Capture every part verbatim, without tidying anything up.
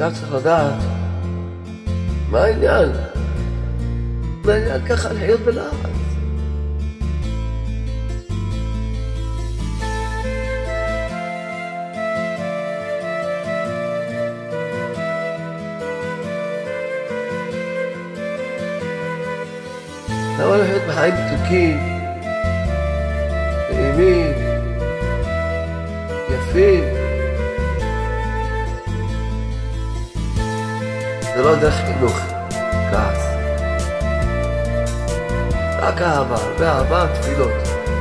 אדם צריך לדעת מה העניין. מה העניין ככה לחיות בלחץ? למה לחיות בחיים מתוקים, נעימים, יפים? זה לא דרך חינוך, כעס. רק אהבה, ואהבה תפילות.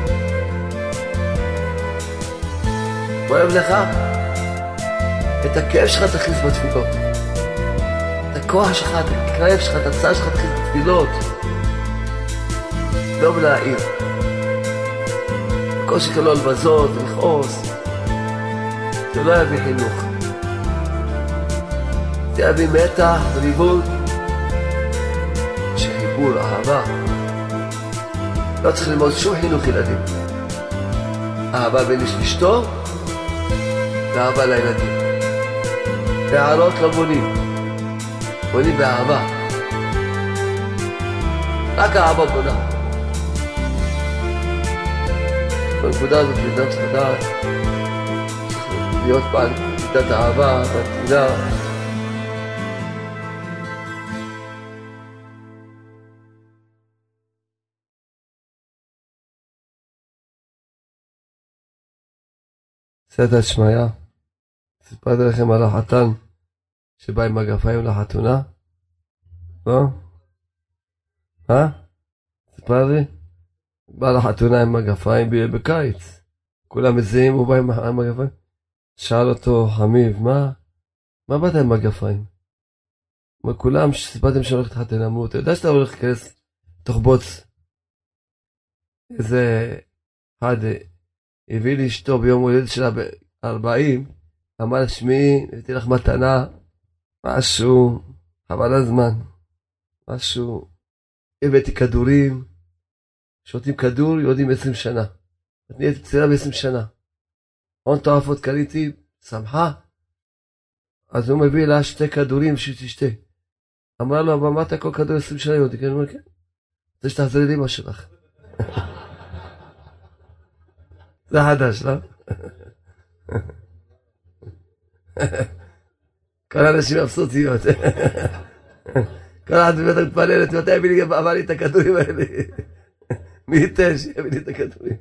כואב לך? את הכאב שלך תכניס בתפילות. את הכוח שלך, את הכאב שלך, את הצעה שלך תכניס בתפילות. לא בלהעיר. הקושי כלו לבזות, לכעוס. זה לא יביא חינוך. זה יביא מתח וליבוד. שחיבור, אהבה. לא צריך ללמוד שום חינוך ילדים. אהבה בין איש לאשתו, ואהבה לילדים. הערות לא בונים. בונים באהבה. רק אהבה בונה. בנקודה הזאת אדם צריך לדעת, צריך להיות בעל מידת האהבה, בנתינה. סייעתא דשמיא, סיפרתי לכם על החתן שבא עם מגפיים לחתונה? לא? אה? סיפרתי? בא לחתונה עם מגפיים בקיץ. כולם מזהים, הוא בא עם מגפיים. שאל אותו חמיב, מה? מה באת עם מגפיים? כולם שסיפרתם שהולך להתחתן, אמרו, אתה יודע שאתה הולך להיכנס תוך בוץ. איזה אחד הביא לי אשתו ביום הולדת שלה ב-ארבעים, אמר שמי, הבאתי לך מתנה, משהו, חבל הזמן, משהו, הבאתי כדורים, שותים כדור, יודעים עשרים שנה. את נהיית צעירה ב-עשרים שנה. הון תועפות קליתי, שמחה. אז הוא מביא לה שתי כדורים שתשתה. אמרה לו, אבל מה אתה כל כדור עשרים שנה יודעים? אני אומר, כן. זה שתחזרי לאמא שלך. זה חדש, לא? כל האנשים מבסוטיות. כל אחד בבית מתפללת, מתי הביא לי עבר לי את הכדורים האלה? מי ייתן שיביא לי את הכדורים?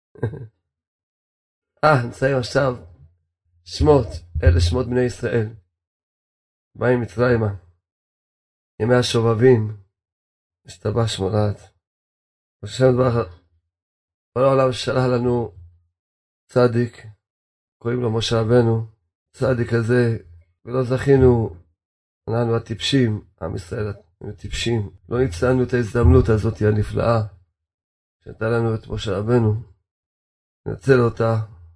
אה, נסיים עכשיו. שמות, אלה שמות בני ישראל. באים מצרימה. ימי השובבים. השתבח שמו לעד. השם דבר, כל העולם שלח לנו צדיק, קוראים לו משה רבנו. צדיק הזה, ולא זכינו, אנחנו הטיפשים, עם ישראל הטיפשים. לא ניצלנו את ההזדמנות הזאת הנפלאה. שנתן לנו את משה רבנו, ננצל אותה,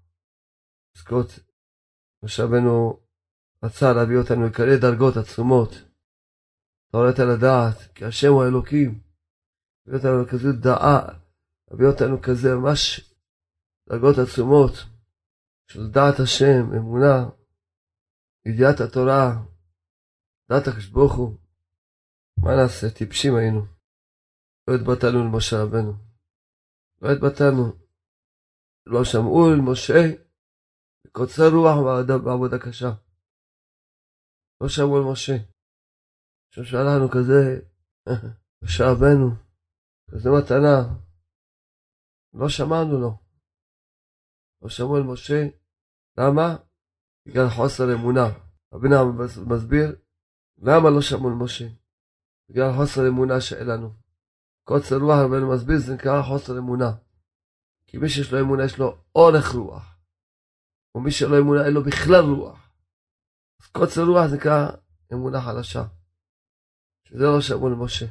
זכות, משה רבנו רצה להביא אותנו לכאלה דרגות עצומות, תורית על הדעת, כי השם הוא האלוקים, להביא אותנו לכזו דעה, להביא אותנו כזה ממש דרגות עצומות, של דעת השם, אמונה, ידיעת התורה, דעת הקדוש ברוך הוא. מה נעשה? טיפשים היינו, לא התבטלנו למשה רבנו. לא התבטלנו, לא שמעו אל משה, קוצר רוח בעבודה קשה. לא שמעו אל משה. ששאל לנו כזה, משה רבנו, כזה מתנה, לא שמענו לו. לא שמעו אל משה, למה? בגלל חוסר אמונה. רבינו מסביר, למה לא שמעו אל משה? בגלל חוסר אמונה שאין לנו. קוצר רוח, רבנו מסביר, זה נקרא חוסר אמונה. כי מי שיש לו אמונה, יש לו אורך רוח. ומי שלא אמונה, אין לו בכלל רוח. אז קוצר רוח זה נקרא אמונה חלשה. שזה לא שמעו למשה.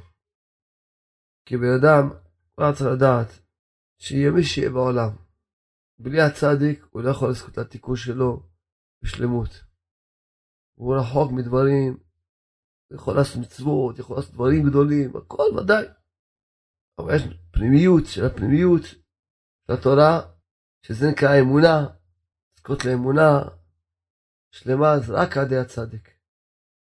כי בן אדם, הוא צריך לדעת, שיהיה מי שיהיה בעולם. בלי הצדיק, הוא לא יכול לזכות לתיקון שלו בשלמות. הוא רחוק מדברים, הוא יכול לעשות מצוות, יכול לעשות דברים גדולים, הכל ודאי. אבל יש פנימיות של הפנימיות של התורה, שזה נקרא אמונה, זכות לאמונה שלמה, זה רק עדי הצדיק.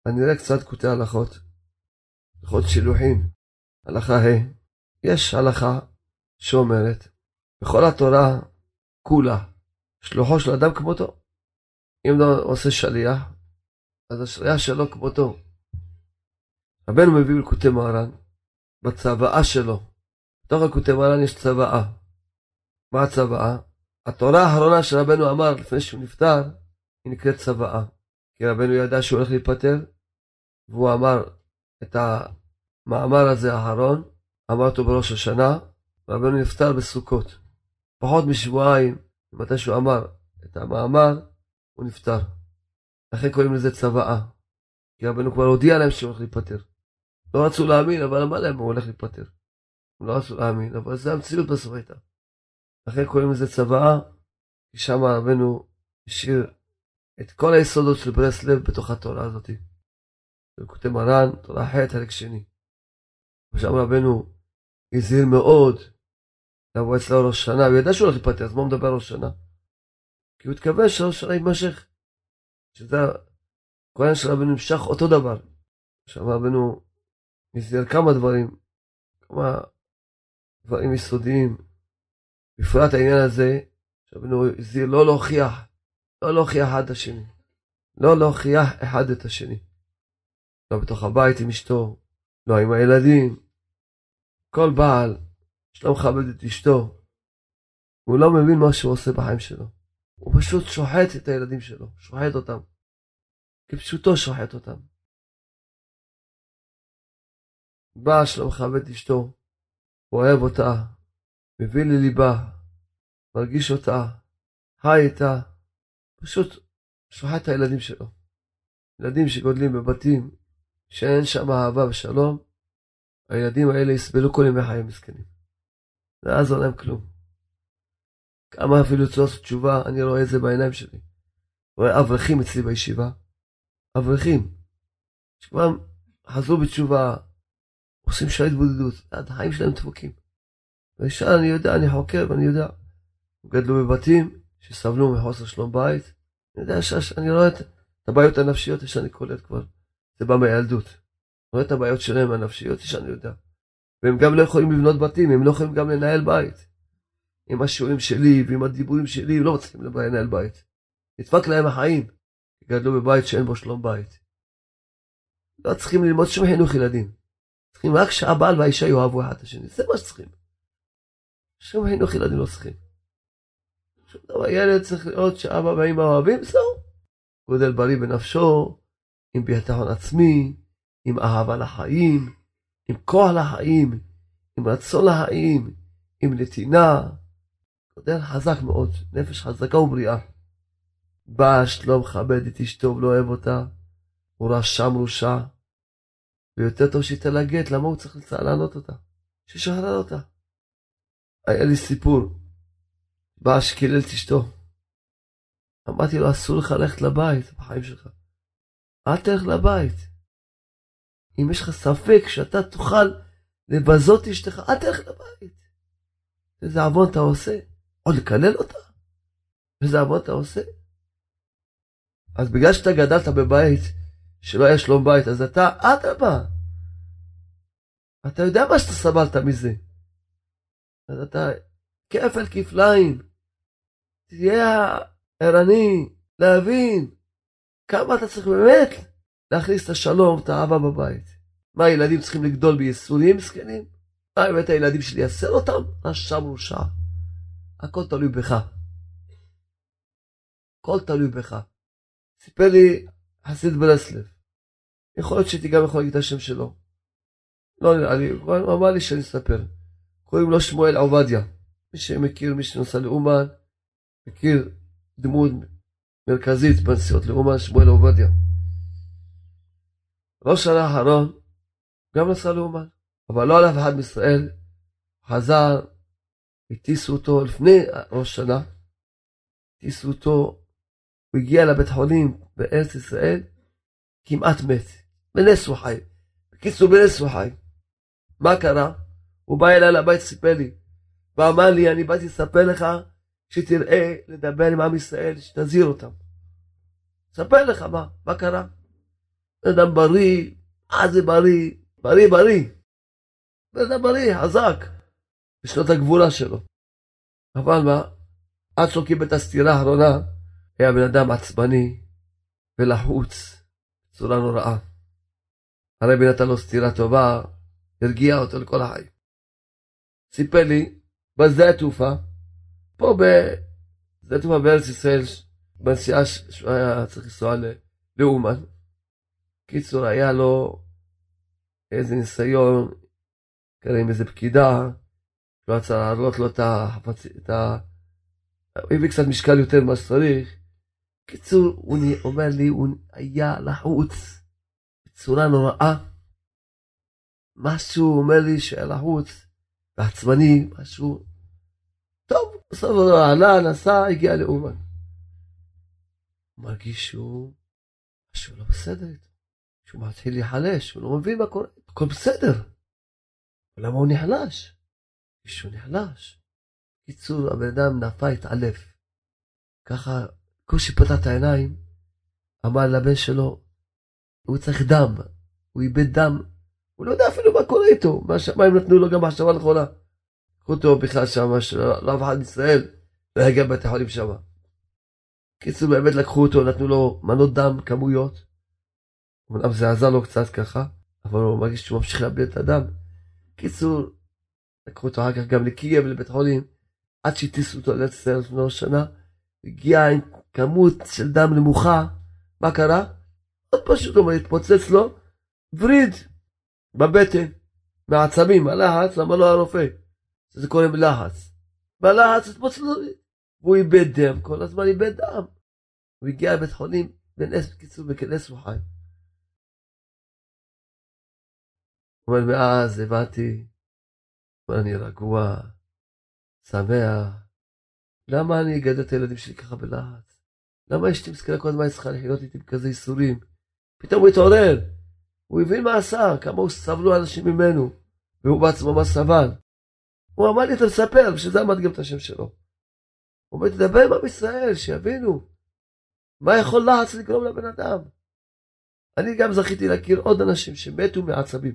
אני נראה קצת קוטעי הלכות, הלכות שילוחים. הלכה ה' יש הלכה שאומרת, בכל התורה כולה, שלוחו של אדם כמותו. אם לא עושה שליח, אז השליח שלו כמותו. רבנו מביא לקוטי מהר"ן, בצוואה שלו. בתוך הקוטי מהר"ן יש צוואה. מה הצוואה? התורה האחרונה שרבנו אמר לפני שהוא נפטר, היא נקראת צוואה. כי רבנו ידע שהוא הולך להיפטר, והוא אמר את המאמר הזה האחרון, אמר אותו בראש השנה, רבנו נפטר בסוכות. פחות משבועיים, מתי שהוא אמר את המאמר, הוא נפטר. לכן קוראים לזה צוואה. כי רבנו כבר הודיע להם שהוא הולך להיפטר. לא רצו להאמין, אבל אמר להם הוא הולך להיפטר. הם לא רצו להאמין, אבל זה המציאות בסוף הייתה. לכן קוראים לזה צוואה, כי שם רבנו השאיר את כל היסודות של ברסלב בתוך התורה הזאת. בקוטי מהר"ן, תורה ח' חלק שני. ושם רבנו הזהיר מאוד לבוא אצלו ראש שנה, הוא ידע שהוא הולך להיפטר, אז מה הוא מדבר ראש שנה? כי הוא התכוון שראש שנה יימשך. שזה כהן של רבנו נמשך אותו דבר. שם רבנו הזהיר כמה דברים, כמה דברים יסודיים. בפרט העניין הזה, שרבנו הזהיר לא להוכיח, לא להוכיח אחד את השני. לא להוכיח אחד את השני. לא בתוך הבית עם אשתו, לא עם הילדים. כל בעל שלא מכבד את אשתו, הוא לא מבין מה שהוא עושה בחיים שלו. הוא פשוט שוחט את הילדים שלו, שוחט אותם. כפשוטו שוחט אותם. בעל שלא מכבד את אשתו, אוהב אותה, מביא לליבה, מרגיש אותה, חי איתה, פשוט שוחט את הילדים שלו. ילדים שגודלים בבתים שאין שם אהבה ושלום, הילדים האלה יסבלו כל ימי חיים מסכנים. לא יעזור להם כלום. כמה אפילו לעשות תשובה, אני רואה את זה בעיניים שלי. רואה אברכים אצלי בישיבה, אברכים, שכבר חזרו בתשובה, עושים שעת בודדות, החיים שלהם דפוקים. וישר אני יודע, אני חוקר ואני יודע, גדלו בבתים שסבלו מחוסר שלום בית, אני יודע שאני רואה את הבעיות הנפשיות שאני קולט כבר, זה בא מהילדות. אני רואה את הבעיות שלהם הנפשיות שאני יודע. והם גם לא יכולים לבנות בתים, הם לא יכולים גם לנהל בית. עם השיעורים שלי ועם הדיבורים שלי, הם לא מצליחים לנהל בית. נדפק להם החיים, גדלו בבית שאין בו שלום בית. לא צריכים ללמוד שום חינוך ילדים. צריכים רק שהבעל והאישה יאהבו אחד את השני, זה מה שצריכים. שום חינוך ילדים לא צריכים. שום דבר, ילד צריך לראות שאבא ואמא אוהבים, זהו. גודל בריא בנפשו, עם ביטחון עצמי, עם אהבה לחיים, עם כוח לחיים, עם רצון לחיים, עם נתינה. גודל חזק מאוד, נפש חזקה ובריאה. בעל שלא מכבד את אשתו ולא אוהב אותה, הוא רשם רושע, ויותר טוב שייתן לה גט, למה הוא צריך לענות אותה? שישחרר אותה. היה לי סיפור, בעל שקילל את אשתו. אמרתי לו, אסור לך ללכת לבית בחיים שלך. אל תלך לבית. אם יש לך ספק שאתה תוכל לבזות אשתך, אל תלך לבית. איזה עוון אתה עושה? עוד לקלל אותה? איזה עוון אתה עושה? אז בגלל שאתה גדלת בבית שלא היה שלום בית, אז אתה אדרבה. אתה יודע מה שאתה סבלת מזה. אז אתה כפל כפליים. תהיה ערני, להבין כמה אתה צריך באמת להכניס את השלום, את האהבה בבית. מה, הילדים צריכים לגדול בייסורים מסכנים? מה, באמת הילדים שלי יסר אותם? רשם רושע. הכל תלוי בך. הכל תלוי בך. סיפר לי חסיד ברסלב. יכול להיות שהייתי גם יכול להגיד את השם שלו. לא נראה לי, הוא אמר לי שאני אספר. קוראים לו שמואל עובדיה. מי שמכיר, מי שנוסע לאומן, מכיר דמות מרכזית בנסיעות לאומן, שמואל עובדיה. ראש שנה האחרון גם נסע לאומן, אבל לא עליו אחד מישראל, חזר, הטיסו אותו לפני ראש שנה, הטיסו אותו, הוא הגיע לבית חולים בארץ ישראל, כמעט מת, בנס הוא חי, בקיצור בנס הוא חי. מה קרה? הוא בא אליי לבית, סיפר לי, ואמר לי, אני באתי לספר לך, שתראה לדבר עם עם ישראל, שתזהיר אותם. ספר לך מה, מה קרה? אדם בריא, מה זה בריא? בריא, בריא. אדם בריא, חזק. בשנות הגבולה שלו. אבל מה? עד שלא קיבל את הסתירה האחרונה, היה בן אדם עצבני ולחוץ, צורה נוראה. הרבי נתן לו סתירה טובה, הרגיע אותו לכל החיים. סיפר לי, בשדה התעופה, פה בשדה התעופה בארץ ישראל, בנסיעה שהוא היה צריך לנסוע לאומן. קיצור, היה לו איזה ניסיון, קרא עם איזה פקידה, לא רצה להראות לו את ה... הוא הביא קצת משקל יותר ממה שצריך. קיצור, הוא אומר לי, הוא היה לחוץ בצורה נוראה. משהו אומר לי שהיה לחוץ, בעצמני, משהו. טוב, בסוף הוא עלה, נסע, הגיע לאומן. הוא מרגיש שהוא, משהו לא בסדר איתו. שהוא מתחיל להיחלש, הוא לא מבין מה קורה. הכל בסדר. למה הוא נחלש? מישהו נחלש. קיצור, הבן אדם נפל, התעלף. ככה, קושי פתח את העיניים, אמר לבן שלו, הוא צריך דם, הוא איבד דם, הוא לא יודע אפילו מה קורה איתו, מה השמיים נתנו לו גם מחשבה נכונה. קחו אותו בכלל שם, לא אף אחד בישראל, לא היה גם בתי חולים שם. קיצור, באמת לקחו אותו, נתנו לו מנות דם, כמויות, אמנם זה עזר לו קצת ככה, אבל הוא מרגיש שהוא ממשיך לאבד את הדם. קיצור, לקחו אותו אחר כך גם לקייב ולבית חולים, עד שהטיסו אותו לארץ ישראל לפני שנה, הגיע עם כמות של דם נמוכה. מה קרה? עוד פשוט הוא התפוצץ לו וריד בבטן, מעצבים, הלחץ, למה לא הרופא? זה קורה מלחץ. בלחץ התפוצץ לו, והוא איבד דם, כל הזמן איבד דם. הוא הגיע לבית חולים, בנס בקיצור, בכנס הוא חי. אבל מאז הבנתי, אני רגוע, שמח. למה אני אגדל את הילדים שלי ככה בלחץ? למה אשתי מסכנה כל הזמן צריכה לחיות איתי בכזה איסורים? פתאום הוא התעורר. הוא הבין מה עשה, כמה הוא סבלו אנשים ממנו, והוא בעצמו מה סבל. הוא אמר לי, אתה מספר, בשביל זה אמרתי גם את השם שלו. הוא אומר, תדבר עם עם ישראל, שיבינו. מה יכול לחץ לגרום לבן אדם? אני גם זכיתי להכיר עוד אנשים שמתו מעצבים.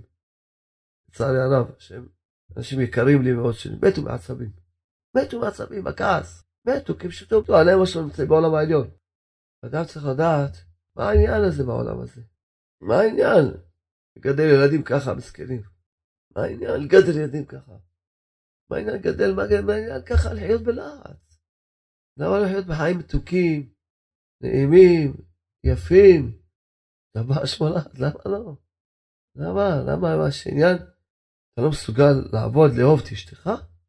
לצערי הרב, שהם אנשים יקרים לי מאוד, שמתו מעצבים. מתו מעצבים, בכעס. מתו, כי פשוט עובדו עליהם מה שלא נמצא בעולם העליון. אדם צריך לדעת, מה העניין הזה בעולם הזה? מה העניין? לגדל ילדים ככה, מסכנים. מה העניין? לגדל ילדים ככה. מה העניין? לגדל, מה העניין? ככה, לחיות בלחץ. למה לחיות בחיים מתוקים, נעימים, יפים? למה השמולת? למה לא? למה? למה? מה שעניין? אתה לא מסוגל לעבוד, לאהוב את אשתך?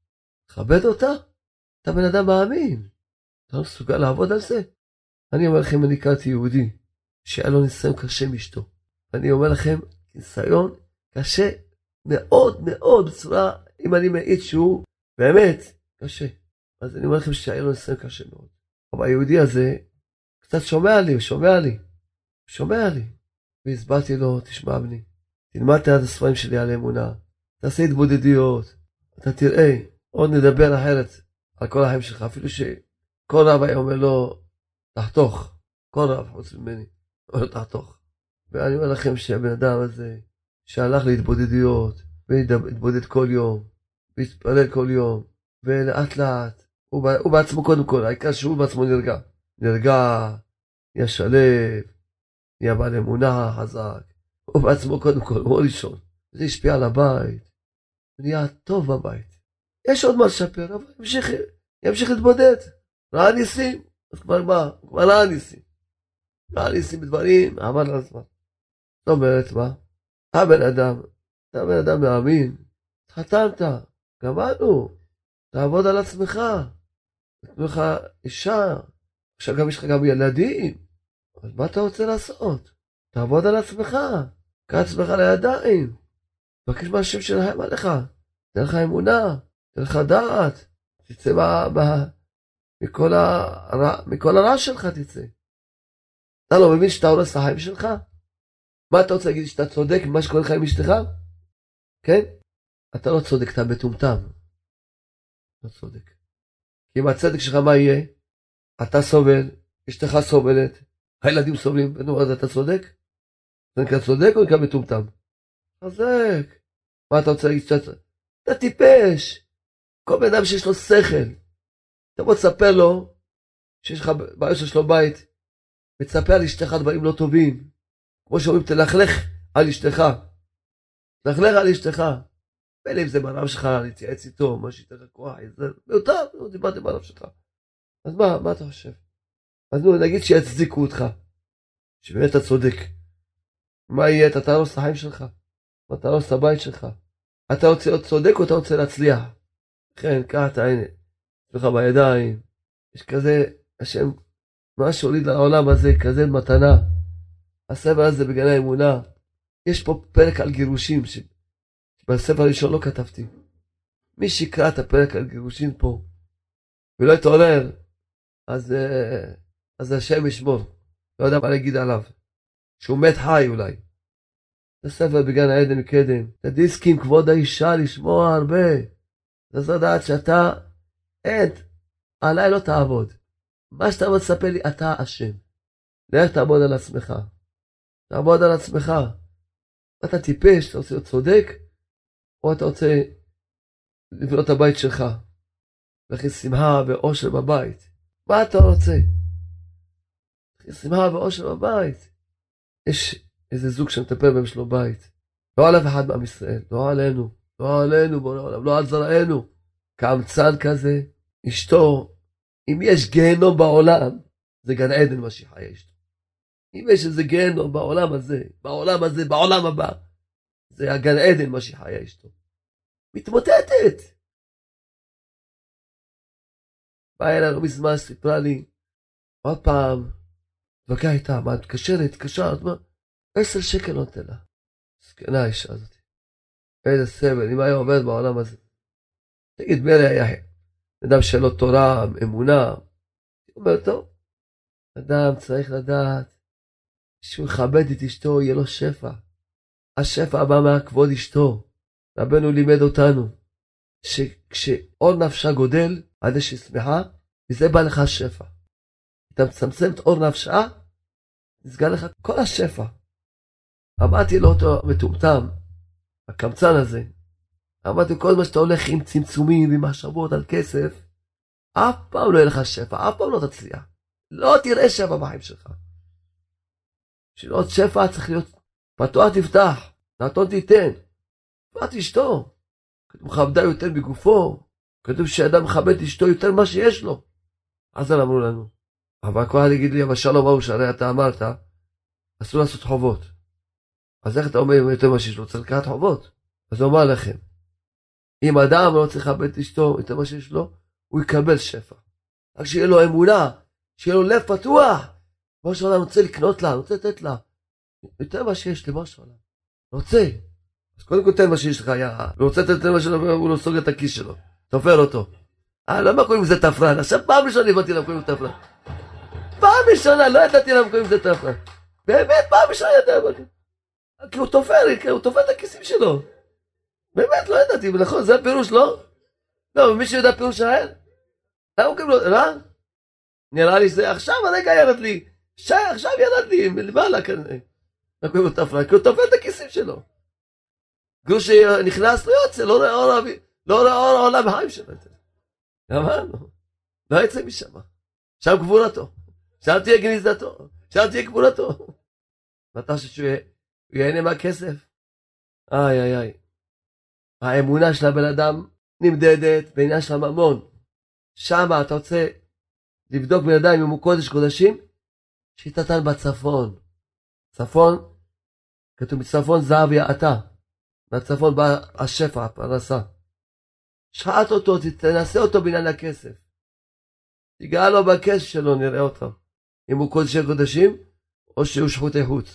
תכבד אותה? אתה בן אדם מאמין. אתה לא מסוגל לעבוד על זה? אני אומר לכם, אני הכרתי יהודי, שהיה לו ניסיון קשה מאשתו. אני אומר לכם, ניסיון קשה מאוד מאוד, בצורה, אם אני מעיד שהוא באמת קשה. אז אני אומר לכם שהיה לו ניסיון קשה מאוד. אבל היהודי הזה קצת שומע לי, הוא שומע לי. הוא שומע לי. והסברתי לו, תשמע בני, תלמד את הספרים שלי על אמונה. תעשה התבודדויות. אתה תראה, עוד נדבר אחרת על כל החיים שלך, אפילו שכל רב היה אומר לו, תחתוך. כל רב חוץ ממני, אומר לו תחתוך. ואני אומר לכם שהבן אדם הזה, שהלך להתבודדויות, והתבודד כל יום, והתפלל כל יום, ולאט לאט, הוא, הוא בעצמו קודם כל, העיקר שהוא בעצמו נרגע. נרגע, נהיה שלב, נהיה בעל אמונה חזק. הוא בעצמו קודם כל, הוא ראשון. זה השפיע על הבית, ונהיה טוב בבית. יש עוד מה לשפר, אבל ימשיך, ימשיך להתבודד. ראה ניסים, אז כבר מה? כבר ראה ניסים. ראה ניסים בדברים, עמד על הזמן. זאת אומרת מה? הבן אדם, אתה בן אדם מאמין, התחתנת, גמרנו, תעבוד על עצמך, נתנו לך אישה, עכשיו גם יש לך גם ילדים, אז מה אתה רוצה לעשות? תעבוד על עצמך, קח עצמך לידיים, תבקש מהשם שלהם עליך, תן לך אמונה, תן לך דעת, תצא מה, מה, מכל, הרע, מכל הרע שלך תצא. אתה לא מבין שאתה הורס את החיים שלך? מה אתה רוצה להגיד שאתה צודק ממה שקורה לך עם אשתך? כן? אתה לא צודק, אתה מטומטם. לא צודק. כי עם הצדק שלך מה יהיה? אתה סובל, אשתך סובלת, הילדים סובלים, נו, אז אתה צודק? זה נקרא צודק או נקרא מטומטם? חזק. מה אתה רוצה להגיד שאתה... אתה טיפש. כל בן אדם שיש לו שכל. אתה בוא תספר לו שיש לך בעיה שיש לו בית. ותספר על אשתך דברים לא טובים. כמו שאומרים, תלכלך על אשתך. תלכלך על אשתך. בין אם זה בעליו שלך, להתייעץ איתו, מה שיתך כוח, זה מיותר, לא דיברתם בעליו שלך. אז מה, מה אתה חושב? אז נו, נגיד שיצדיקו אותך. שבאמת אתה צודק. מה יהיה? אתה תהרוס את החיים שלך. מה תהרוס את הבית שלך. אתה רוצה להיות צודק או אתה רוצה להצליח? כן, קח את העין. יש לך בידיים. יש כזה, השם, מה שהוליד לעולם הזה, כזה מתנה. הספר הזה בגן האמונה. יש פה פרק על גירושים, שבספר הראשון לא כתבתי. מי שיקרא את הפרק על גירושים פה, ולא יתעורר, אז, אז השם ישמור. לא יודע מה להגיד עליו. שהוא מת חי אולי. זה ספר בגן העדן קדם. את הדיסקים כבוד האישה לשמוע הרבה. זה לדעת שאתה, אין, עליי לא תעבוד. מה שאתה מצפה לי, אתה אשם. לך תעבוד על עצמך. תעבוד על עצמך. אתה טיפש, אתה רוצה להיות צודק, או אתה רוצה לבנות את הבית שלך. להכניס שמחה ואושר בבית. מה אתה רוצה? להכניס שמחה ואושר בבית. יש איזה זוג שמטפל בהם שלו בית. לא על אף אחד מעם ישראל, לא עלינו, לא עלינו, בוא לעולם, לא על זרענו. קמצן כזה, אשתו, אם יש גיהנום בעולם, זה גן עדן מה שחיה אשתו. אם יש איזה גיהנום בעולם הזה, בעולם הזה, בעולם הבא, זה הגן עדן מה שחיה אשתו. מתמוטטת. באה אליי לא מזמן, סיפרה לי, עוד פעם, תבקע איתה, מה, תקשרת, תקשרת, מה? עשר שקל נותן לה. סכנה האישה הזאת. איזה סבל, אם היה עובד בעולם הזה. תגיד, מי היה אדם שלו תורה, אמונה? הוא אומר, טוב, אדם צריך לדעת שהוא יכבד את אשתו, יהיה לו שפע. השפע הבא מהכבוד אשתו. רבנו לימד אותנו, שכשאור נפשה גודל, עד שהיא שמחה, וזה בא לך השפע. אתה מצמצם את אור נפשה, נסגר לך כל השפע. אמרתי לו אותו מטומטם, הקמצן הזה, אמרתי כל מה שאתה הולך עם צמצומים ועם מחשבות על כסף, אף פעם לא יהיה לך שפע, אף פעם לא תצליח. לא תראה שפע בחיים שלך. בשביל עוד שפע צריך להיות פתוח תפתח, נתון תיתן. פתח אשתו. כתוב מכבדה יותר בגופו, כתוב שאדם מכבד אשתו יותר מה שיש לו. אז אמרו לנו. אבל כל אחד יגיד לי, אבל שלום אהוב, שהרי אתה אמרת, אסור לעשות חובות. אז איך אתה אומר יותר מה שיש לו? צריך לקחת חובות. אז הוא אמר לכם, אם אדם לא צריך לכבד את אשתו יותר מה שיש לו, הוא יקבל שפע. רק שיהיה לו אמונה, שיהיה לו לב פתוח. מה שעולם רוצה לקנות לה, רוצה לתת לה. יותר מה שיש למה שעולם. רוצה. אז קודם כל תן מה שיש לך, יא. הוא רוצה לתת מה שלו, הוא לא סוגר את הכיס שלו. תופר אותו. אה, למה קוראים לזה תפרן? עכשיו פעם ראשונה הבנתי למה קוראים לזה תפרן. פעם ראשונה, לא ידעתי למה קוראים לזה תפרן. באמת, פעם ראשונה ידעתי. כי הוא תופר, הוא תופר את הכיסים שלו. באמת, לא ידעתי, נכון, זה הפירוש, לא? לא, מישהו יודע פירוש האל? למה קוראים לו, לא? נראה לי שזה עכשיו הרגע ירד לי. שי, עכשיו ירד לי, מלמעלה כנראה. למה קוראים לו תפרן? כי הוא תופר את הכיסים שלו. גרוש שנכנס לא יוצא, לא רואה אור אבי, לא רואה אור העולם בחיים שלו. אמרנו, לא יצא משם. שם גבורתו. שם תהיה גניזתו. שם תהיה גבורתו. ואתה חושב שהוא ייהנה מהכסף? איי איי איי. האמונה של הבן אדם נמדדת בעניין של הממון. שם אתה רוצה לבדוק בן אדם אם הוא קודש קודשים? שיטתן בצפון. צפון, כתוב מצפון זהב יעתה. מהצפון בא השפע, הפרנסה. שחט אותו, תנסה אותו בעניין הכסף. תיגע לו בכסף שלו, נראה אותו. אם הוא קודשי קודשים, או שהוא שחוטי חוץ.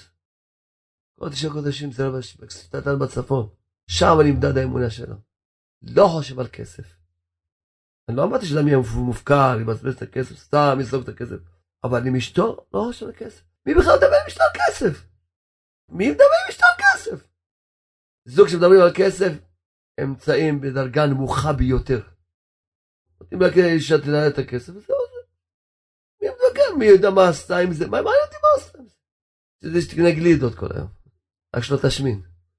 קודשי קודשים זה לא שיטתן בצפון. שם נמדד האמונה שלו. לא חושב על כסף. אני לא אמרתי שאדם יהיה מופקר, יבזבז את הכסף, סתם יזרוק את הכסף. אבל עם אשתו, לא חושב על כסף. מי בכלל מדבר עם אשתו על כסף? מי מדבר עם אשתו על כסף? זוג שמדברים על כסף, אמצעים בדרגה נמוכה ביותר. נותנים לה אישה תנהל את הכסף, וזהו זה. מי מדבר, מי יודע מה עשתה עם זה? מה מעניין אותי מה עשתה עם זה? שזה שתקנה גלידות כל היום. רק שלא תשמין.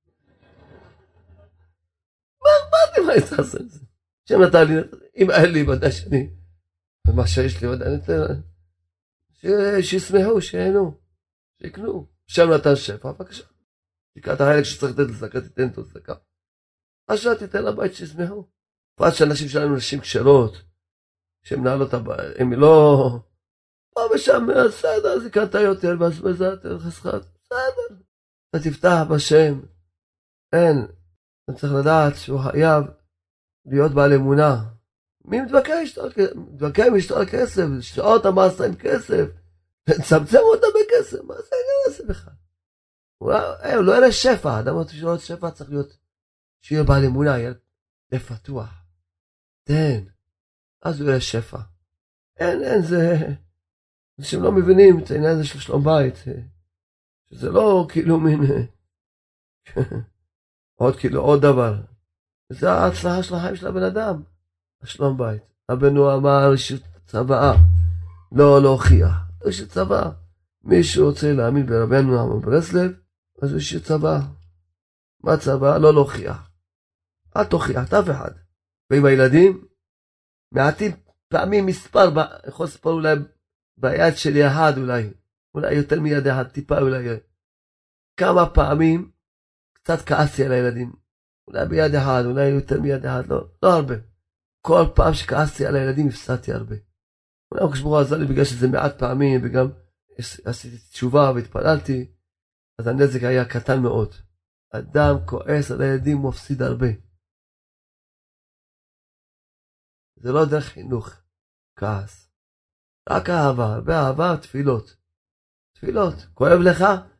מה אכפת לי מה יצא לעשות את זה? שם נתן לי, אם אין לי ודאי שאני, ומה שיש לי ודאי נתן, שישמחו, שיהנו, שיקנו. שם נתן שפע, בבקשה. תקרא את החלק שצריך לתת לצדקה, תיתן את הצדקה. עכשיו תיתן לבית שישמחו. פרט שאנשים שלנו נשים כשרות, שהן מנהלות הבית, הם לא... פה ושם, בסדר, אז הקנת יותר, והסבזת, חסכת, בסדר. אתה תפתח בשם. אין, אתה צריך לדעת שהוא חייב להיות בעל אמונה. מי מתווכח עם אשתו על כסף? שעות המעשה עם כסף, לצמצם אותה בכסף, מה זה כסף בכלל? הוא לא יהיה שפע, אדם רוצה שלא שפע צריך להיות, שיהיה בעל אמונה, יהיה לפתוח. תן, אז הוא יהיה שפע. אין, אין, זה, אנשים לא מבינים את העניין הזה של שלום בית, שזה לא כאילו מין, עוד כאילו עוד דבר. זה ההצלחה של החיים של הבן אדם, השלום בית. רבנו אמר רשות צוואה, לא להוכיח, רשות צוואה. מי שרוצה להאמין ברבנו נחמן מברסלב, אז הוא רשות צוואה. מה צוואה? לא להוכיח. אל תוכיח, אף אחד. ועם הילדים, מעטים פעמים מספר, יכול לספור אולי ביד שלי אחד אולי, אולי יותר מיד אחד, טיפה אולי. כמה פעמים קצת כעסתי על הילדים. אולי ביד אחד, אולי יותר מיד אחד, לא, לא הרבה. כל פעם שכעסתי על הילדים הפסדתי הרבה. אולי הקדוש ברוך הוא עזר לי בגלל שזה מעט פעמים, וגם עשיתי תשובה והתפללתי, אז הנזק היה קטן מאוד. אדם כועס על הילדים הוא מפסיד הרבה. זה לא דרך חינוך, כעס. רק אהבה, הרבה אהבה, תפילות. תפילות. כואב לך?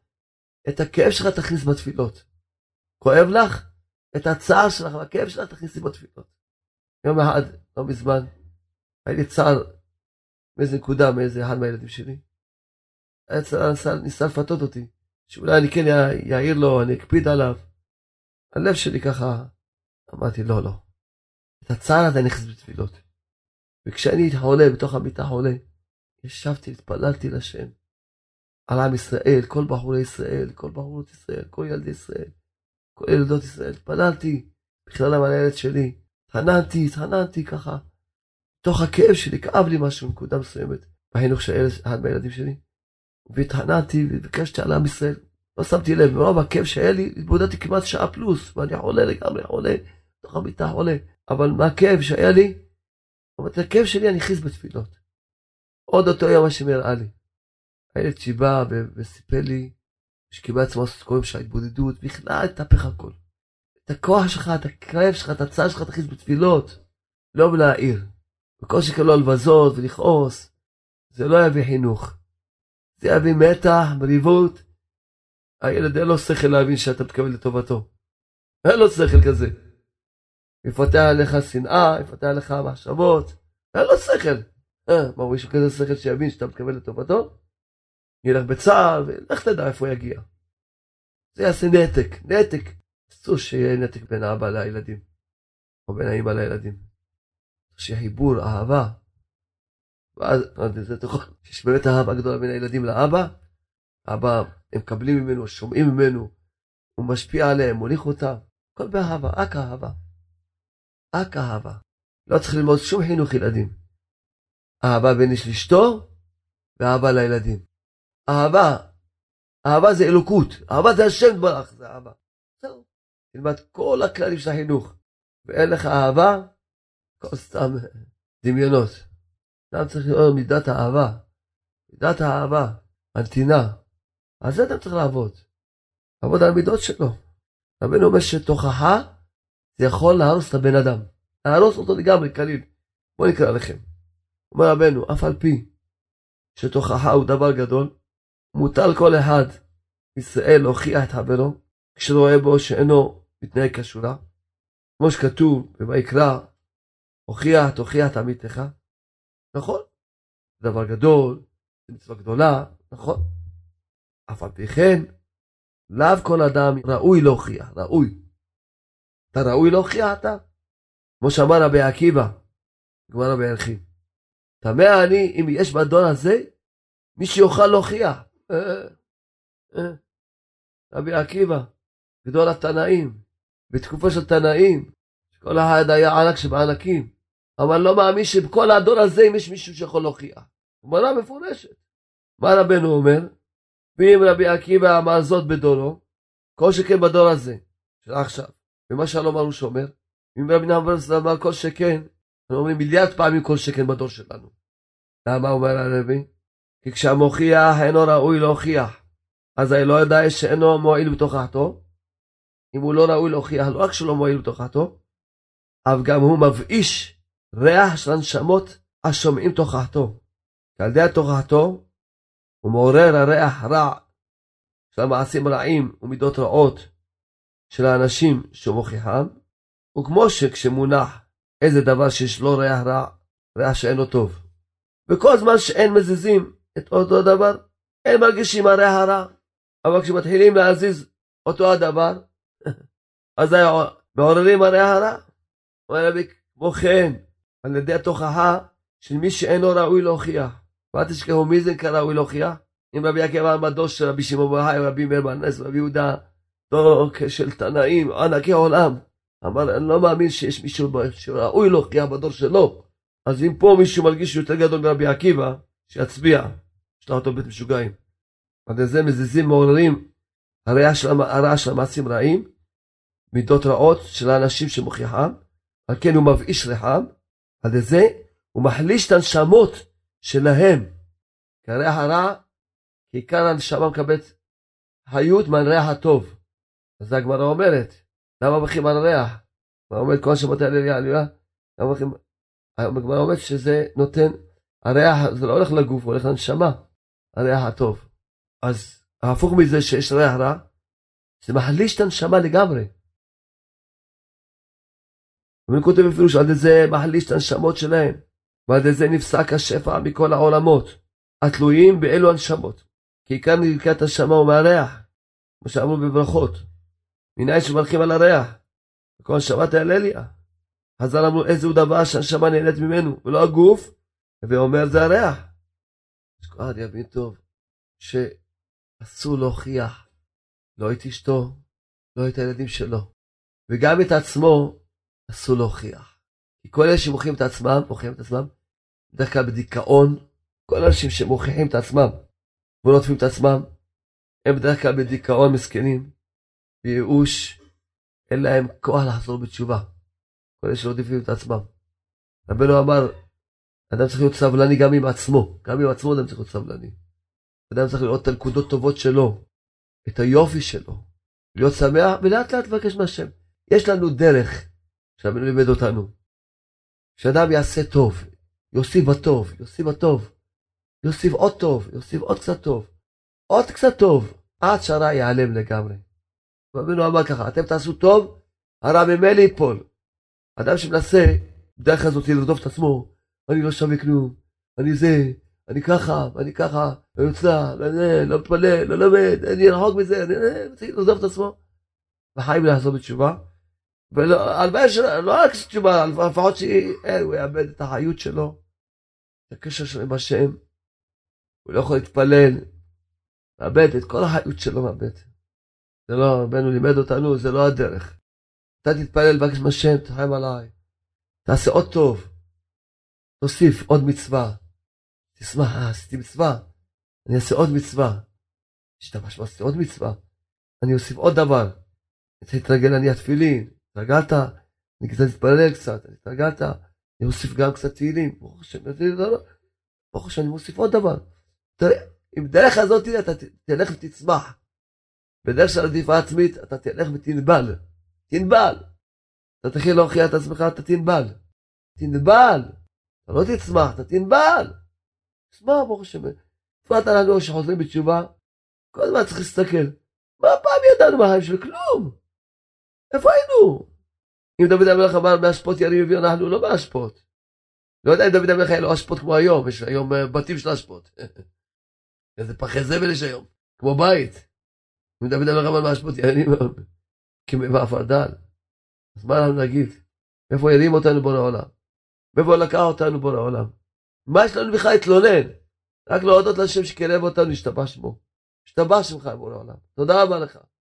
את הכאב שלך תכניס בתפילות. כואב לך? את הצער שלך והכאב שלך תכניסי בתפילות. יום אחד, לא מזמן, היה לי צער מאיזה נקודה, מאיזה אחד מהילדים שלי. היה צער, ניסה, ניסה לפתות אותי, שאולי אני כן יעיר לו, אני אקפיד עליו. הלב שלי ככה, אמרתי, לא, לא. את הצער הזה נכנס בתפילות. וכשאני חולה, בתוך המיטה חולה, ישבתי, התפללתי לשם. על עם ישראל, כל בחורי ישראל, כל בחורות ישראל, כל ילדי ישראל, כל ילדות ישראל, התפללתי, בכללם על הילד שלי, התחננתי, התחננתי ככה, תוך הכאב שלי, כאב לי משהו, נקודה מסוימת, בחינוך של אחד מהילדים שלי, והתחננתי וביקשתי על עם ישראל, לא שמתי לב, מרוב הכאב שהיה לי, התבודדתי כמעט שעה פלוס, ואני חולה לגמרי, חולה, תוך המיטה חולה, אבל מהכאב שהיה לי, אבל את הכאב שלי אני חיז בתפילות. עוד אותו יום השם הראה לי. הילד שבא וסיפר לי, שקיבל עצמו קוראים שההתבודדות, בכלל תהפך הכל. את הכוח שלך, את הכאב שלך, את הצער שלך תכניס בתפילות, לא בלהעיר. וכל שכן לא לבזות ולכעוס, זה לא יביא חינוך. זה יביא מתח, מריבות. הילד אין לו שכל להבין שאתה מתכוון לטובתו. אין לו שכל כזה. יפתח עליך שנאה, יפתח עליך מחשבות. אין לו שכל. אה, מה הוא יש כזה שכל שיבין שאתה מתכוון לטובתו? ילך בצער, ולך תדע איפה יגיע. זה יעשה נתק, נתק. אסור שיהיה נתק בין האבא לילדים, או בין האמא לילדים. שיהיה חיבור, אהבה. ואז, זה תוכל, שיש באמת אהבה גדולה בין הילדים לאבא, האבא, הם מקבלים ממנו, שומעים ממנו, הוא משפיע עליהם, מוליך אותם, הכל באהבה, רק אהבה. רק אהבה. לא צריך ללמוד שום חינוך ילדים. אהבה בין איש לאשתו, ואהבה לילדים. אהבה, אהבה זה אלוקות, אהבה זה השם ברח, זה אהבה. זהו, תלמד כל הכללים של החינוך, ואין לך אהבה, כל סתם דמיונות. אדם צריך לראות מידת האהבה, מידת האהבה, הנתינה, על זה אדם צריך לעבוד, לעבוד על המידות שלו. רבנו אומר שתוכחה, זה יכול להרוס את הבן אדם, להרוס אותו לגמרי, כליל. בוא נקרא לכם. אומר רבנו, אף על פי, שתוכחה הוא דבר גדול, מוטל כל אחד ישראל להוכיח את חברו, כשרואה בו שאינו מתנהג כשורה, כמו שכתוב בויקרא, הוכיח, תוכיח את עמיתך, נכון? דבר גדול, מצווה גדולה, נכון? אף על פי כן, לאו כל אדם ראוי להוכיח, ראוי. אתה ראוי להוכיח אתה? כמו שאמר רבי עקיבא, גמרא בערכי. תמה אני, אם יש בדור הזה, מי שיוכל להוכיח. רבי עקיבא, גדול התנאים, בתקופה של תנאים, כל אחד היה ענק שבענקים, אבל לא מאמין שבכל הדור הזה יש מישהו שיכול להוכיח. גמרא מפורשת. מה רבנו אומר? ואם רבי עקיבא אמר זאת בדורו, כל שכן בדור הזה, של עכשיו, ומה שלום ארוש אומר, אם רבי נחמן אמר כל שכן, אנחנו אומרים מיליארד פעמים כל שכן בדור שלנו. למה אומר הרבי? כי כשהמוכיח אינו ראוי להוכיח, אז אני לא יודע שאינו מועיל בתוכחתו. אם הוא לא ראוי להוכיח, לא רק שלא מועיל בתוכחתו, אבל גם הוא מבאיש ריח של הנשמות השומעים תוכחתו. כי על ידי התוכחתו הוא מעורר הריח רע של המעשים רעים ומידות רעות של האנשים שמוכיחם, וכמו שכשמונח איזה דבר שיש לו ריח רע, ריח שאינו טוב. וכל זמן שאין מזיזים את אותו דבר, אין מרגישים הריח הרע. אבל כשמתחילים להזיז אותו הדבר, אז מעוררים הריח הרע. אומר רבי, כמו כן, על ידי התוכחה של מי שאינו ראוי להוכיח. ואל תשכחו מי זה כראוי להוכיח? אם רבי עקיבא בדור של רבי שמעון בר יוחאי, רבי מאיר בר נס, רבי יהודה, דור של תנאים, ענקי עולם. אמר, אני לא מאמין שיש מישהו שראוי להוכיח בדור שלו. אז אם פה מישהו מרגיש יותר גדול מרבי עקיבא, שיצביע, שלח אותו בית משוגעים. עד לזה מזיזים מעוררים הרע של, הרע של המעשים רעים, מידות רעות של האנשים שמוכיחם, על כן הוא מבאיש ריחם, עד לזה הוא מחליש את הנשמות שלהם. כי הריח הרע, כי עיקר הנשמה מקבלת חיות מהריח הטוב. אז זה הגמרא אומרת, למה מברכים על הריח? הגמרא אומרת, כל השמות האלה עלייה, עלייה, למה מברכים? הגמרא אומרת שזה נותן, הריח זה לא הולך לגוף, הוא הולך לנשמה, הריח הטוב. אז ההפוך מזה שיש ריח רע, זה מחליש את הנשמה לגמרי. ואני כותב בפירוש, עד זה מחליש את הנשמות שלהם, ועד זה נפסק השפע מכל העולמות, התלויים באלו הנשמות. כי עיקר נלקת הנשמה הוא מהריח, כמו שאמרו בברכות, מנין שמברכים על הריח, וכל הנשמה תהלליה. חז"ל אמרו איזהו דבר שהנשמה נהנית ממנו, ולא הגוף, ואומר זה הריח. אז כל אחד יבין טוב, שאסור להוכיח, לא את אשתו, לא את הילדים שלו, וגם את עצמו אסור להוכיח. כי כל אלה שמוכיחים את עצמם, מוכיחים את עצמם, בדרך כלל בדיכאון, כל האנשים שמוכיחים את עצמם, ונוטפים את עצמם, הם בדרך כלל בדיכאון מסכנים, בייאוש, אין להם כוח לחזור בתשובה. כל אלה שנוטפים את עצמם. רבנו אמר, אדם צריך להיות סבלני גם עם עצמו, גם עם עצמו אדם צריך להיות סבלני. אדם צריך לראות את הנקודות טובות שלו, את היופי שלו, להיות שמח, ולאט לאט לבקש מהשם. יש לנו דרך, שרבנו לימד אותנו, שאדם יעשה טוב, יוסיף בטוב, יוסיף בטוב, יוסיף עוד טוב, יוסיף עוד קצת טוב, עוד קצת טוב, עד שהרע ייעלם לגמרי. רבנו אמר ככה, אתם תעשו טוב, הרע ממילא ייפול. אדם שמנסה, בדרך הזאת לרדוף את עצמו, אני לא שווה כלום, אני זה, אני ככה, אני ככה, אני יוצא, לא מתפלל, לא לומד, אני רחוק מזה, אני רוצה לרדוף את עצמו. וחיים לחזור בתשובה, והלוואי שלא רק תשובה, לפחות שהוא יאבד את החיות שלו, את הקשר שלו עם השם, הוא לא יכול להתפלל, מאבד את כל החיות שלו, מאבד. זה לא, רבנו לימד אותנו, זה לא הדרך. אתה תתפלל, בקש מהשם, תחיים עליי, תעשה עוד טוב, תוסיף עוד מצווה, תשמח, עשיתי מצווה, אני אעשה עוד מצווה, שתמש עשיתי עוד מצווה, אני אוסיף עוד דבר, תתרגל אני התפילין, התרגלת, אני קצת תתפלל קצת, התרגלת, אני אוסיף גם קצת תהילים, ברוך השם, ברוך השם, אני מוסיף עוד דבר. עם דרך הזאת אתה תלך ותצמח, בדרך של עדיפה עצמית אתה תלך ותנבל, תנבל, אתה תתחיל להוכיח את עצמך, אתה תנבל, תנבל, אתה לא תצמח, אתה תנבל, תשמע ברוך השם, תפעת לנו שחוזרים בתשובה, כל הזמן צריך להסתכל, מה פעם ידענו מהחיים של כלום? איפה היינו? אם דוד המלך אמר מהשפות ירים מביא, אנחנו לא מהשפות. לא יודע אם דוד המלך היה לו השפות כמו היום, יש היום בתים של השפות. איזה פחי זבל יש היום, כמו בית. אם דוד המלך אמר מהשפות ירים כמעבר דל. אז מה אנחנו נגיד? איפה ירים אותנו בורא העולם? ואיפה לקח אותנו בורא העולם? מה יש לנו בכלל להתלונן? רק להודות לשם שקרב אותנו, השתבח שמו. השתבח שמך בורא העולם. תודה רבה לך.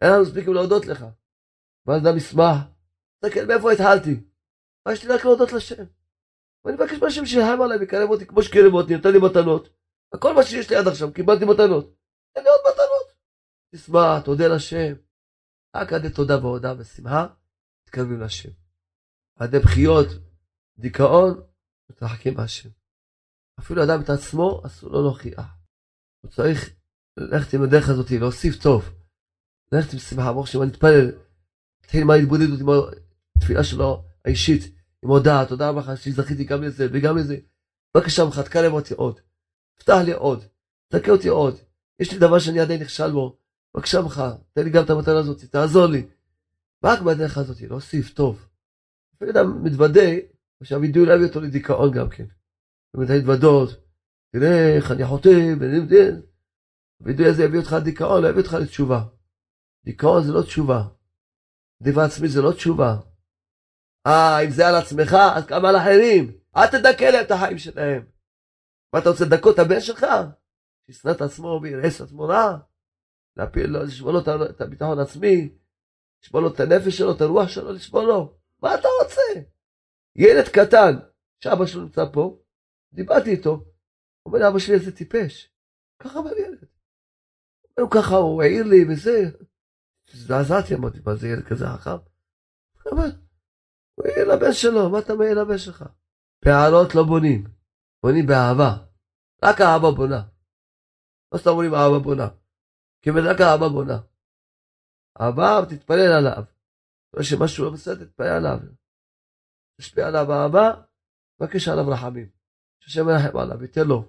אין לנו מספיקים להודות לך. ואז אדם ישמח, תסתכל מאיפה התחלתי. מה יש לי רק להודות לשם? ואני מבקש מהשם שירחם עליי ויקרב אותי כמו שקרב אותי, נתן לי מתנות. הכל מה שיש לי עד עכשיו, קיבלתי מתנות. אין לי עוד מתנות. תשמח, תודה לשם. רק עדי תודה והודעה ושמחה, תקרבים לשם. עדי בחיות, דיכאון, מתרחקים מהשם. אפילו אדם את עצמו, אסור לו להוכיח. הוא צריך ללכת עם הדרך הזאת, להוסיף טוב. ללכת עם שמחה, ברוך שם, נתפלל. תתחיל עם ההתבודדות, עם התפילה שלו האישית, עם הודעה, תודה רבה לך שזכיתי גם לזה וגם לזה. בבקשה ממך, תקרב אותי עוד. תפתח לי עוד. תקה אותי עוד. יש לי דבר שאני עדיין נכשל בו. בבקשה ממך, תן לי גם את המתנה הזאת, תעזור לי. רק בדרך הזאת, להוסיף טוב. אפילו אדם מתוודה, שהווידוי להביא אותו לדיכאון גם כן. הוא מתחיל להתוודות, תראה איך אני חוטא, הווידוי הזה יביא אותך לדיכאון, לא יביא אותך לתשובה. דיכאון זה לא תשובה. דיבה עצמית זה לא תשובה. אה, אם זה על עצמך, אז גם על אחרים. אל תדכא להם את החיים שלהם. מה אתה רוצה לדכא את הבן שלך? שישנא את עצמו וירעס את עצמו רע? להפיל לו, לשבור לו את הביטחון העצמי, לשבור לו את הנפש שלו, את הרוח שלו, לשבור לו. מה אתה רוצה? ילד קטן, שאבא שלו נמצא פה, דיברתי איתו, הוא אומר לאבא שלי איזה טיפש. ככה אמר ילד. הוא ככה, הוא העיר לי וזה. זעזעתי, אמרתי, מה זה ילד כזה חכם? אבל, הוא העיר לבן שלו, מה אתה מעיר לבן שלך? פעלות לא בונים, בונים באהבה. רק האהבה בונה. לא סתם אומרים אהבה בונה. כי רק האהבה בונה. אהבה, תתפלל עליו. לא שמשהו לא בסדר, תתפלל עליו. תשפיע עליו אהבה, תבקש עליו רחמים. שהשם ירחם עליו, ייתן לו.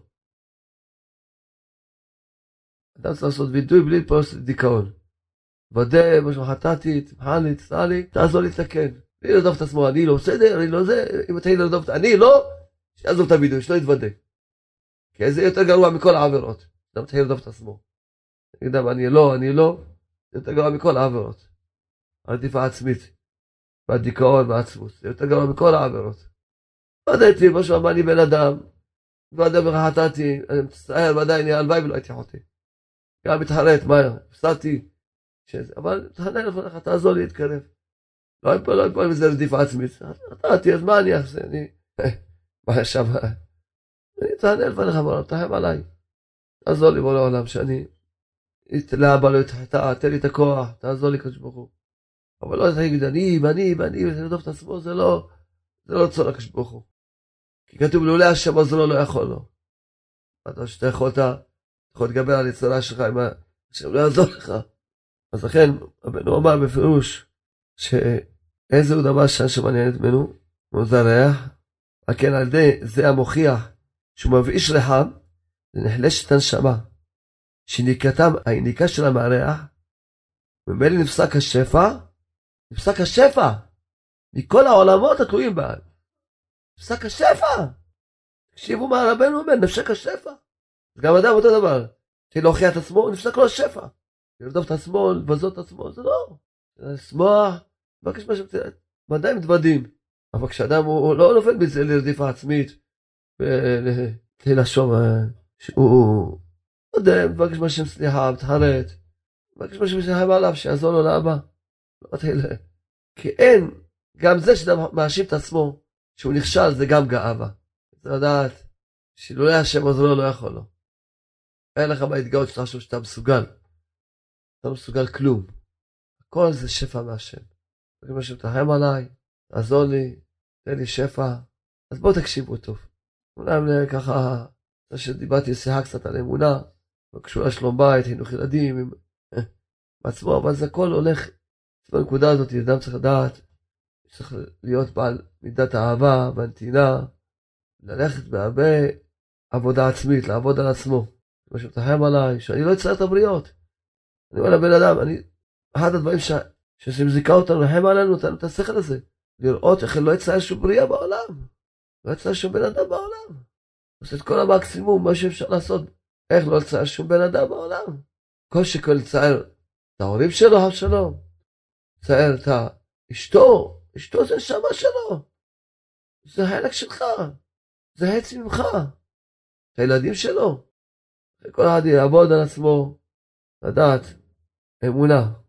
אדם צריך לעשות וידוי בלי לפרוס דיכאון. ודא, משהו חטאתי, תמחה לי, תצטעה לי, תעזור לי לתקן. בלי לרדוף את עצמו, אני לא בסדר, אני לא זה, אם אתה לרדוף את אני לא, שיעזוב את הוידוי, שלא יתוודא. כי זה יותר גרוע מכל העבירות. אדם צריך לרדוף את עצמו. נגיד, אני לא, אני לא, זה יותר גרוע מכל העבירות. הרדיפה עצמית, והדיכאון והעצמות, זה יותר גרוע מכל העבירות. ודאתי, משהו אמר לי בן אדם, ודאי וחטאתי, אני מצטער, ודאי, אני הלוואי ולא הייתי חוטא. גם מתחרט, מה, הפסדתי, אבל תחנה לפניך, תעזור לי להתקרב. לא היה פה, לא היה פה איזה רדיפה עצמית. חטאתי, אז מה אני אעשה? אני, מה עכשיו? אני תחנה לפניך, אבל תחם עליי. תעזור לי בו לעולם, שאני לאבא לא יתחטא, תן לי את הכוח, תעזור לי קדוש ברוך הוא. אבל לא תגיד, אני, ואני, ואני, ולרדוף את עצמו, זה לא, זה לא צור הקדוש ברוך הוא. כי כתוב, לולא השם עזרו לא יכול לו. אתה שאתה יכולת, יכול להתגבר על יצרה שלך, אם השם לא יעזור לך. אז לכן, רבנו אמר בפירוש, שאיזהו דבר שהשם מעניין את ממנו, הוא זרח, רק כן על ידי זה המוכיח, שהוא מבאיש לחם, זה נחלש את הנשמה, שניקתם, הניקה של המארח, וממילא נפסק השפע, נפסק השפע, מכל העולמות התלויים בה. נפסק השפע. תקשיבו מה רבנו אומר, נפסק השפע. אז גם אדם אותו דבר. תהיה להוכיח את עצמו, נפסק לו השפע. לרדוף את עצמו, לבזות את עצמו, זה לא. לשמוח, מבקש מה שמצא, ודאי מתוודים. אבל כשאדם הוא לא נופל בזה לרדיפה עצמית, ולשום, שהוא, לא יודע, מבקש מה שם סליחה, מתחרט, מבקש מה שמשלחם עליו, שיעזור לו לאבא. לא תהיה, כי אין, גם זה שאדם מאשים את עצמו, שהוא נכשל, זה גם גאווה. זה לדעת, שלולא השם עזרו לא יכול לו. אין לך מה להתגאות שאתה חושב שאתה מסוגל. אתה לא מסוגל כלום. הכל זה שפע מהשם. אם השם תרחם עליי, תעזור לי, תן לי שפע. אז בואו תקשיבו טוב. אולי ככה, שדיברתי שיחה קצת על אמונה, וקשורה שלום בית, חינוך ילדים, עם עצמו, אבל זה הכל הולך, בנקודה הזאת, אדם צריך לדעת, צריך להיות בעל מידת האהבה והנתינה, ללכת בהרבה עבודה עצמית, לעבוד על עצמו. מה שמתרחם עליי, שאני לא אצייר את הבריות. אני אומר לבן אדם, אני, אחד הדברים ש... שמזיקה אותנו, רחם עלינו, נתנו את השכל הזה, לראות איך לא אצייר שום בריאה בעולם, לא אצייר שום בן אדם בעולם. עושה את כל המקסימום, מה שאפשר לעשות, איך לא אצייר שום בן אדם בעולם. כל שכל לצייר את ההורים שלו, השלום, לצייר את אשתו, אשתו זה נשמה שלו, זה חלק שלך, זה חץ ממך, את הילדים שלו. כל אחד יעבוד על עצמו, לדעת, אמונה.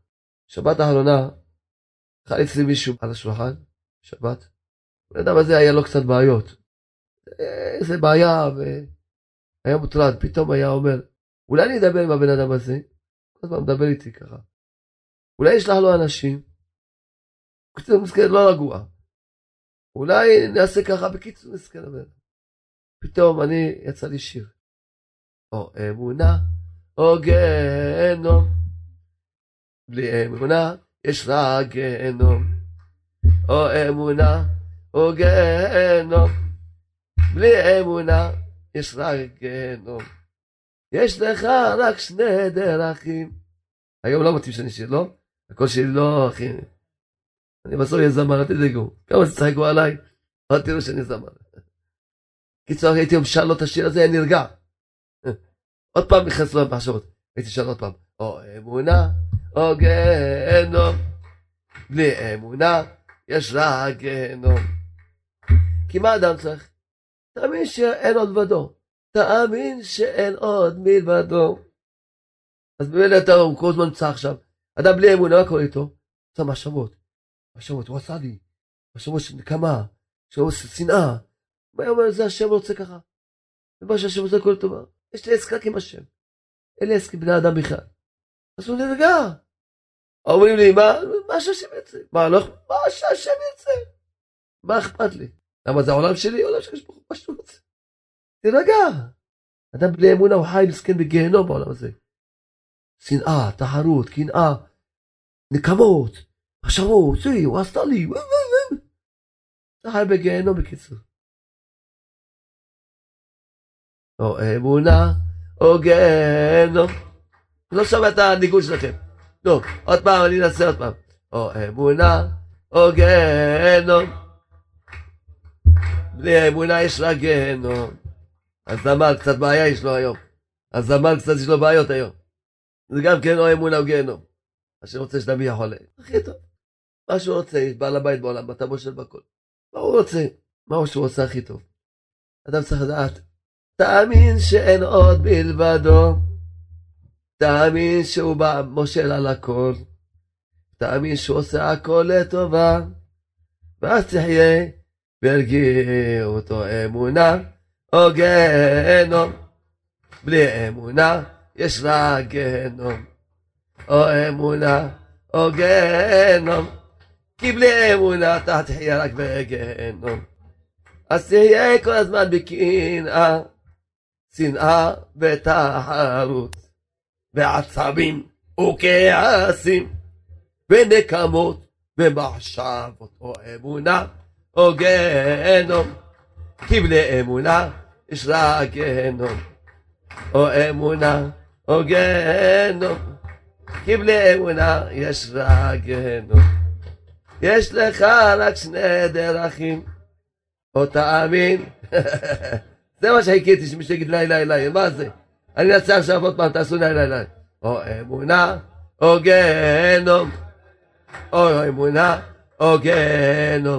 שבת האחרונה, חל אצלי מישהו על השולחן, שבת, בן אדם הזה היה לו קצת בעיות. איזה בעיה, והיה מוטרד, פתאום היה אומר, אולי אני אדבר עם הבן אדם הזה, כל הזמן מדבר איתי ככה. אולי ישלח לו אנשים, קצת מסכן, לא רגוע. אולי נעשה ככה, בקיצור מסכן הבן. פתאום אני, יצא לי שיר. או אמונה, או גיהנום. בלי אמונה, יש רק גיהנום. או אמונה, או גיהנום. בלי אמונה, יש רק גיהנום. יש לך רק שני דרכים. היום לא מתאים שאני שיר, לא? הכל שלי לא, אחי. אני בסוף יהיה זמר, אל תדאגו. כמה שצחקו עליי, עוד תראו שאני זמר. קיצור, הייתי אומר, שר לו את השיר הזה, אני נרגע. עוד פעם נכנס לו במחשבות. הייתי שר עוד פעם. או אמונה, או גיהנום. בלי אמונה, יש רק גיהנום. כי מה אדם צריך? תאמין שאין עוד ודו. תאמין שאין עוד מלבדו. אז במילא אתה הוא כל הזמן צח עכשיו. אדם בלי אמונה, מה קורה איתו? עושה מחשבות. מחשבות, הוא עשה לי. מחשבות של נקמה. מחשבות של שנאה. מה אומר? זה השם רוצה ככה. ומה שהשם רוצה כל טובה. יש לי עסקק עם השם. אין לי עסק בני אדם בכלל. אז הוא נרגע. אומרים לי, מה, מה שהשם יצא? מה, לא, מה שהשם יצא? מה אכפת לי? למה זה העולם שלי? עולם שיש בו מה שהוא רוצה. תרגע. אדם בלי אמונה הוא חי מסכן בגיהנום בעולם הזה. שנאה, תחרות, קנאה, נקמות, מחשבות, זה, הוא עשתה לי, אתה חי בגיהנום בקיצור. או אמונה, או גיהנום. לא שומע את הניגון שלכם. נו, עוד פעם, אני אנסה עוד פעם. או אמונה, או גיהנום. בלי אמונה יש רק גיהנום. הזמר קצת בעיה יש לו היום. הזמר קצת יש לו בעיות היום. זה גם כן או אמונה או גיהנום. מה שרוצה שדמי יכול לה. הכי טוב. מה שהוא רוצה, בעל הבית בעולם, אתה מושל בכל. מה הוא רוצה? מה הוא שהוא עושה הכי טוב? אדם צריך לדעת. תאמין שאין עוד מלבדו. תאמין שהוא בא מושל על הכל. תאמין שהוא עושה הכל לטובה. ואז תחיה והרגיע אותו אמונה או גיהנום. בלי אמונה יש רק גיהנום. או אמונה או גיהנום. כי בלי אמונה אתה תחיה רק בגיהנום. אז תהיה כל הזמן בקנאה, שנאה ותחרות, ועצבים וכעסים, ונקמות ומחשבות, או אמונה או גיהנום. כי בלי אמונה יש רק גיהנום. או אמונה או גיהנום. כי בלי אמונה יש רק גיהנום. יש לך רק שני דרכים. או תאמין. זה מה שהחיכיתי שמישהו יגיד לי לי לי. מה זה? אני נעשה עכשיו עוד פעם, תעשו לי לי לי. או אמונה או גיהנום. או אמונה או גיהנום.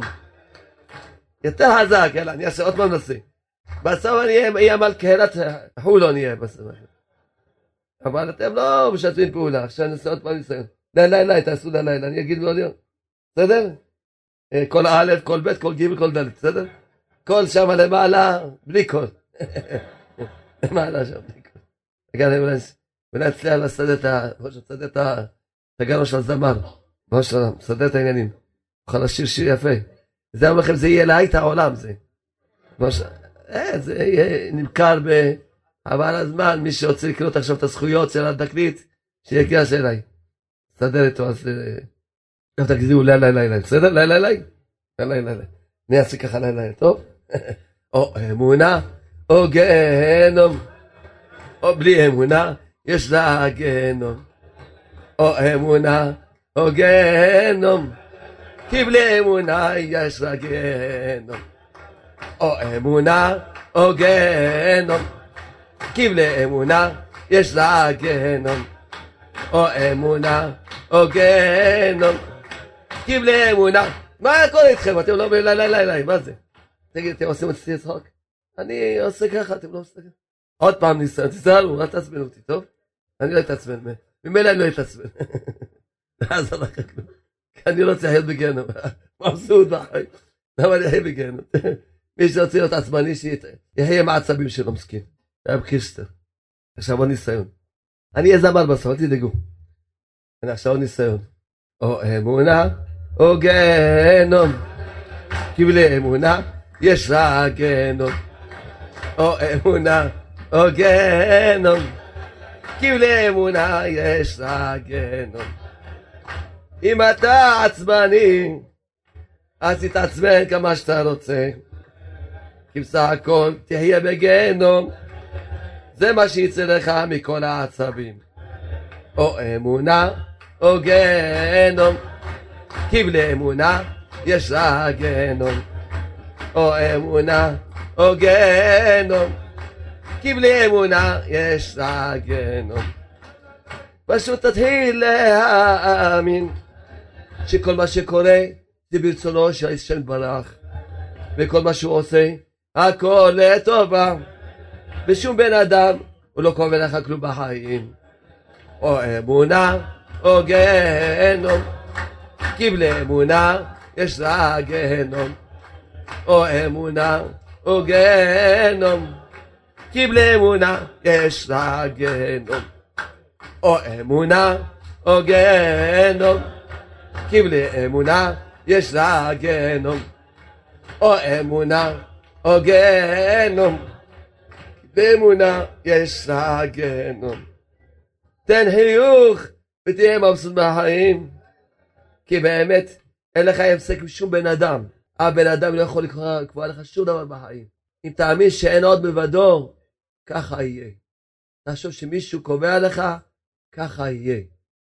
יותר חזק, יאללה, אני אעשה עוד פעם נעשה. בסוף אני אהיה מל קהלת חולון יהיה בסוף. אבל אתם לא משתפים פעולה. עכשיו נעשה עוד פעם ניסיון. לי לי לי, תעשו לי לי לי. אני אגיד מאוד יום. בסדר? כל א', כל ב', כל ג', כל ד', בסדר? כל שם למעלה, בלי כל. למעלה שם, בלי כל. רגע, אני אולי אצליח לסדר את ה... לסדר את הגנו של הזמר. מה שלום, לסדר את העניינים. אוכל לשיר שיר יפה. זה אומר לכם, זה יהיה להיט העולם, זה. זה יהיה נמכר בעבר הזמן, מי שרוצה לקנות עכשיו את הזכויות של התקליט, שיגיע שאליי. לסדר איתו, אז... עכשיו תגידו לי לי לי לי, בסדר? לי לי לי? לי לי לי. אני אעשה ככה לי לי, טוב? או אמונה, או גיהנום. או בלי אמונה, יש לה גיהנום. או אמונה, או גיהנום. כי בלי אמונה, יש לה גיהנום. או אמונה, או גיהנום. כי בלי אמונה, יש לה גיהנום. או אמונה, או גיהנום. כי בלי אמונה. מה קורה איתכם? אתם לא אומרים לי לי לי לי, מה זה? תגיד, אתם עושים אותי לצחוק? אני עושה ככה, אתם לא עושים ככה. עוד פעם ניסיון, תזהרו, אל תעצבנו אותי, טוב? אני לא אתעצבן, ממילא אני לא אתעצבן. לא יעזור לך כלום. כי אני לא רוצה לחיות בגיהנום. מבסוט בחיים. למה אני אחיה בגיהנום? מי שרוצה להיות עצבני, שיחיה עם העצבים שלו, מסכן. זה היה בקיסטר. עכשיו עוד ניסיון. אני אהיה זמר בסוף, אל תדאגו. אני עכשיו עוד ניסיון. או אמונה, או גיהנום. כי בלי אמונה, יש רק גיהנום. או אמונה, או גיהנום. כי בלי אמונה, יש רק גיהנום. אם אתה עצבני, אז תתעצבן כמה שאתה רוצה. כי בסך הכל תחיה בגיהנום. זה מה שיצא לך מכל העצבים. או אמונה או גיהנום. כי בלי אמונה יש רק גיהנום. או אמונה או גיהנום. כי בלי אמונה יש רק גיהנום. פשוט תתחיל להאמין שכל מה שקורה זה ברצונו של השם יתברך, וכל מה שהוא עושה הכל לטובה, ושום בן אדם הוא לא קובע לך כלום בחיים. או אמונה או גיהנום. כי בלי אמונה יש רק גיהנום. או אמונה או גיהנום. כי בלי אמונה יש רק גיהנום. או אמונה או גיהנום. כי בלי אמונה יש רק גיהנום. או אמונה או גיהנום. באמונה יש רק גיהנום. תן חיוך ותהיה מבסוט מהחיים, כי באמת אין לך הפסק משום בן אדם. הבן אדם לא יכול לקבוע לך שום דבר בחיים. אם תאמין שאין עוד מלבדו, ככה יהיה. תחשוב שמישהו קובע לך, ככה יהיה.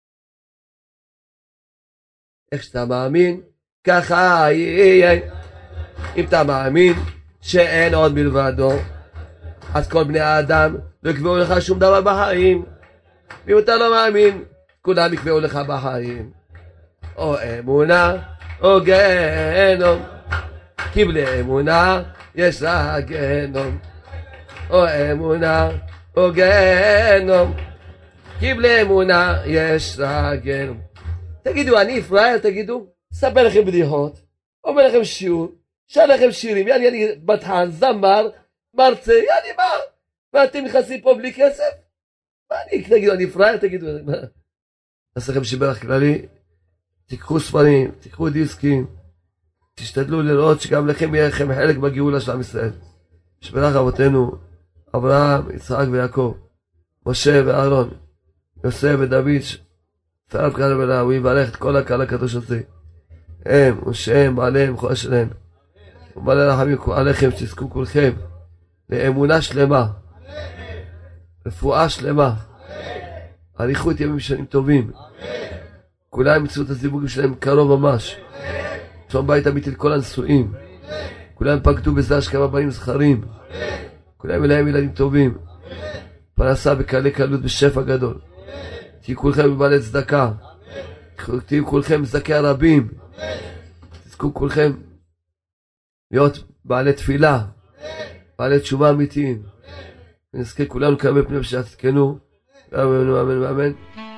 איך שאתה מאמין, ככה יהיה. אם אתה מאמין שאין עוד מלבדו, אז כל בני האדם לא יקבעו לך שום דבר בחיים. ואם אתה לא מאמין, כולם יקבעו לך בחיים. או אמונה או גיהנום. כי בלי אמונה יש רק גיהנום. או אמונה או גיהנום. כי בלי אמונה יש רק גיהנום. תגידו, אני פראייר, תגידו, ספר לכם בדיחות, אומר לכם שיעור, שר לכם שירים, יאללה, אני בתחן, זמר, מרצה, יאללה, מה? ואתם נכנסים פה בלי כסף? מה אני, תגידו, אני פראייר, תגידו, מה? נעשה לכם שברך כללי, תיקחו ספרים, תיקחו דיסקים, תשתדלו לראות שגם לכם יהיה לכם חלק בגאולה של עם ישראל. שברך אבותינו, אברהם, יצחק ויעקב, משה ואהרון, יוסף ודוד, צרף כאן ובלה, הוא יברך את כל הקהל הקדוש הזה. הם ושהם, בעליהם, כל שלהם. ובעלי רחמים עליכם, שתזכו כולכם לאמונה שלמה, רפואה שלמה, אריכות ימים שנים טובים. כולם ימצאו את הזיווגים שלהם קרוב ממש. שלום בית אמיתי לכל הנשואים. כולם פקדו בזה השכמה בנים זכרים. כולם אליהם ילדים טובים. פרנסה בקלי קלות בשפע גדול. תהיו כולכם בבעלי צדקה. תהיו כולכם צדקי הרבים. תזכו כולכם להיות בעלי תפילה, בעלי תשובה אמיתיים. ונזכה כולנו לקבל פנים שתתקנו. אמן ואמן ואמן.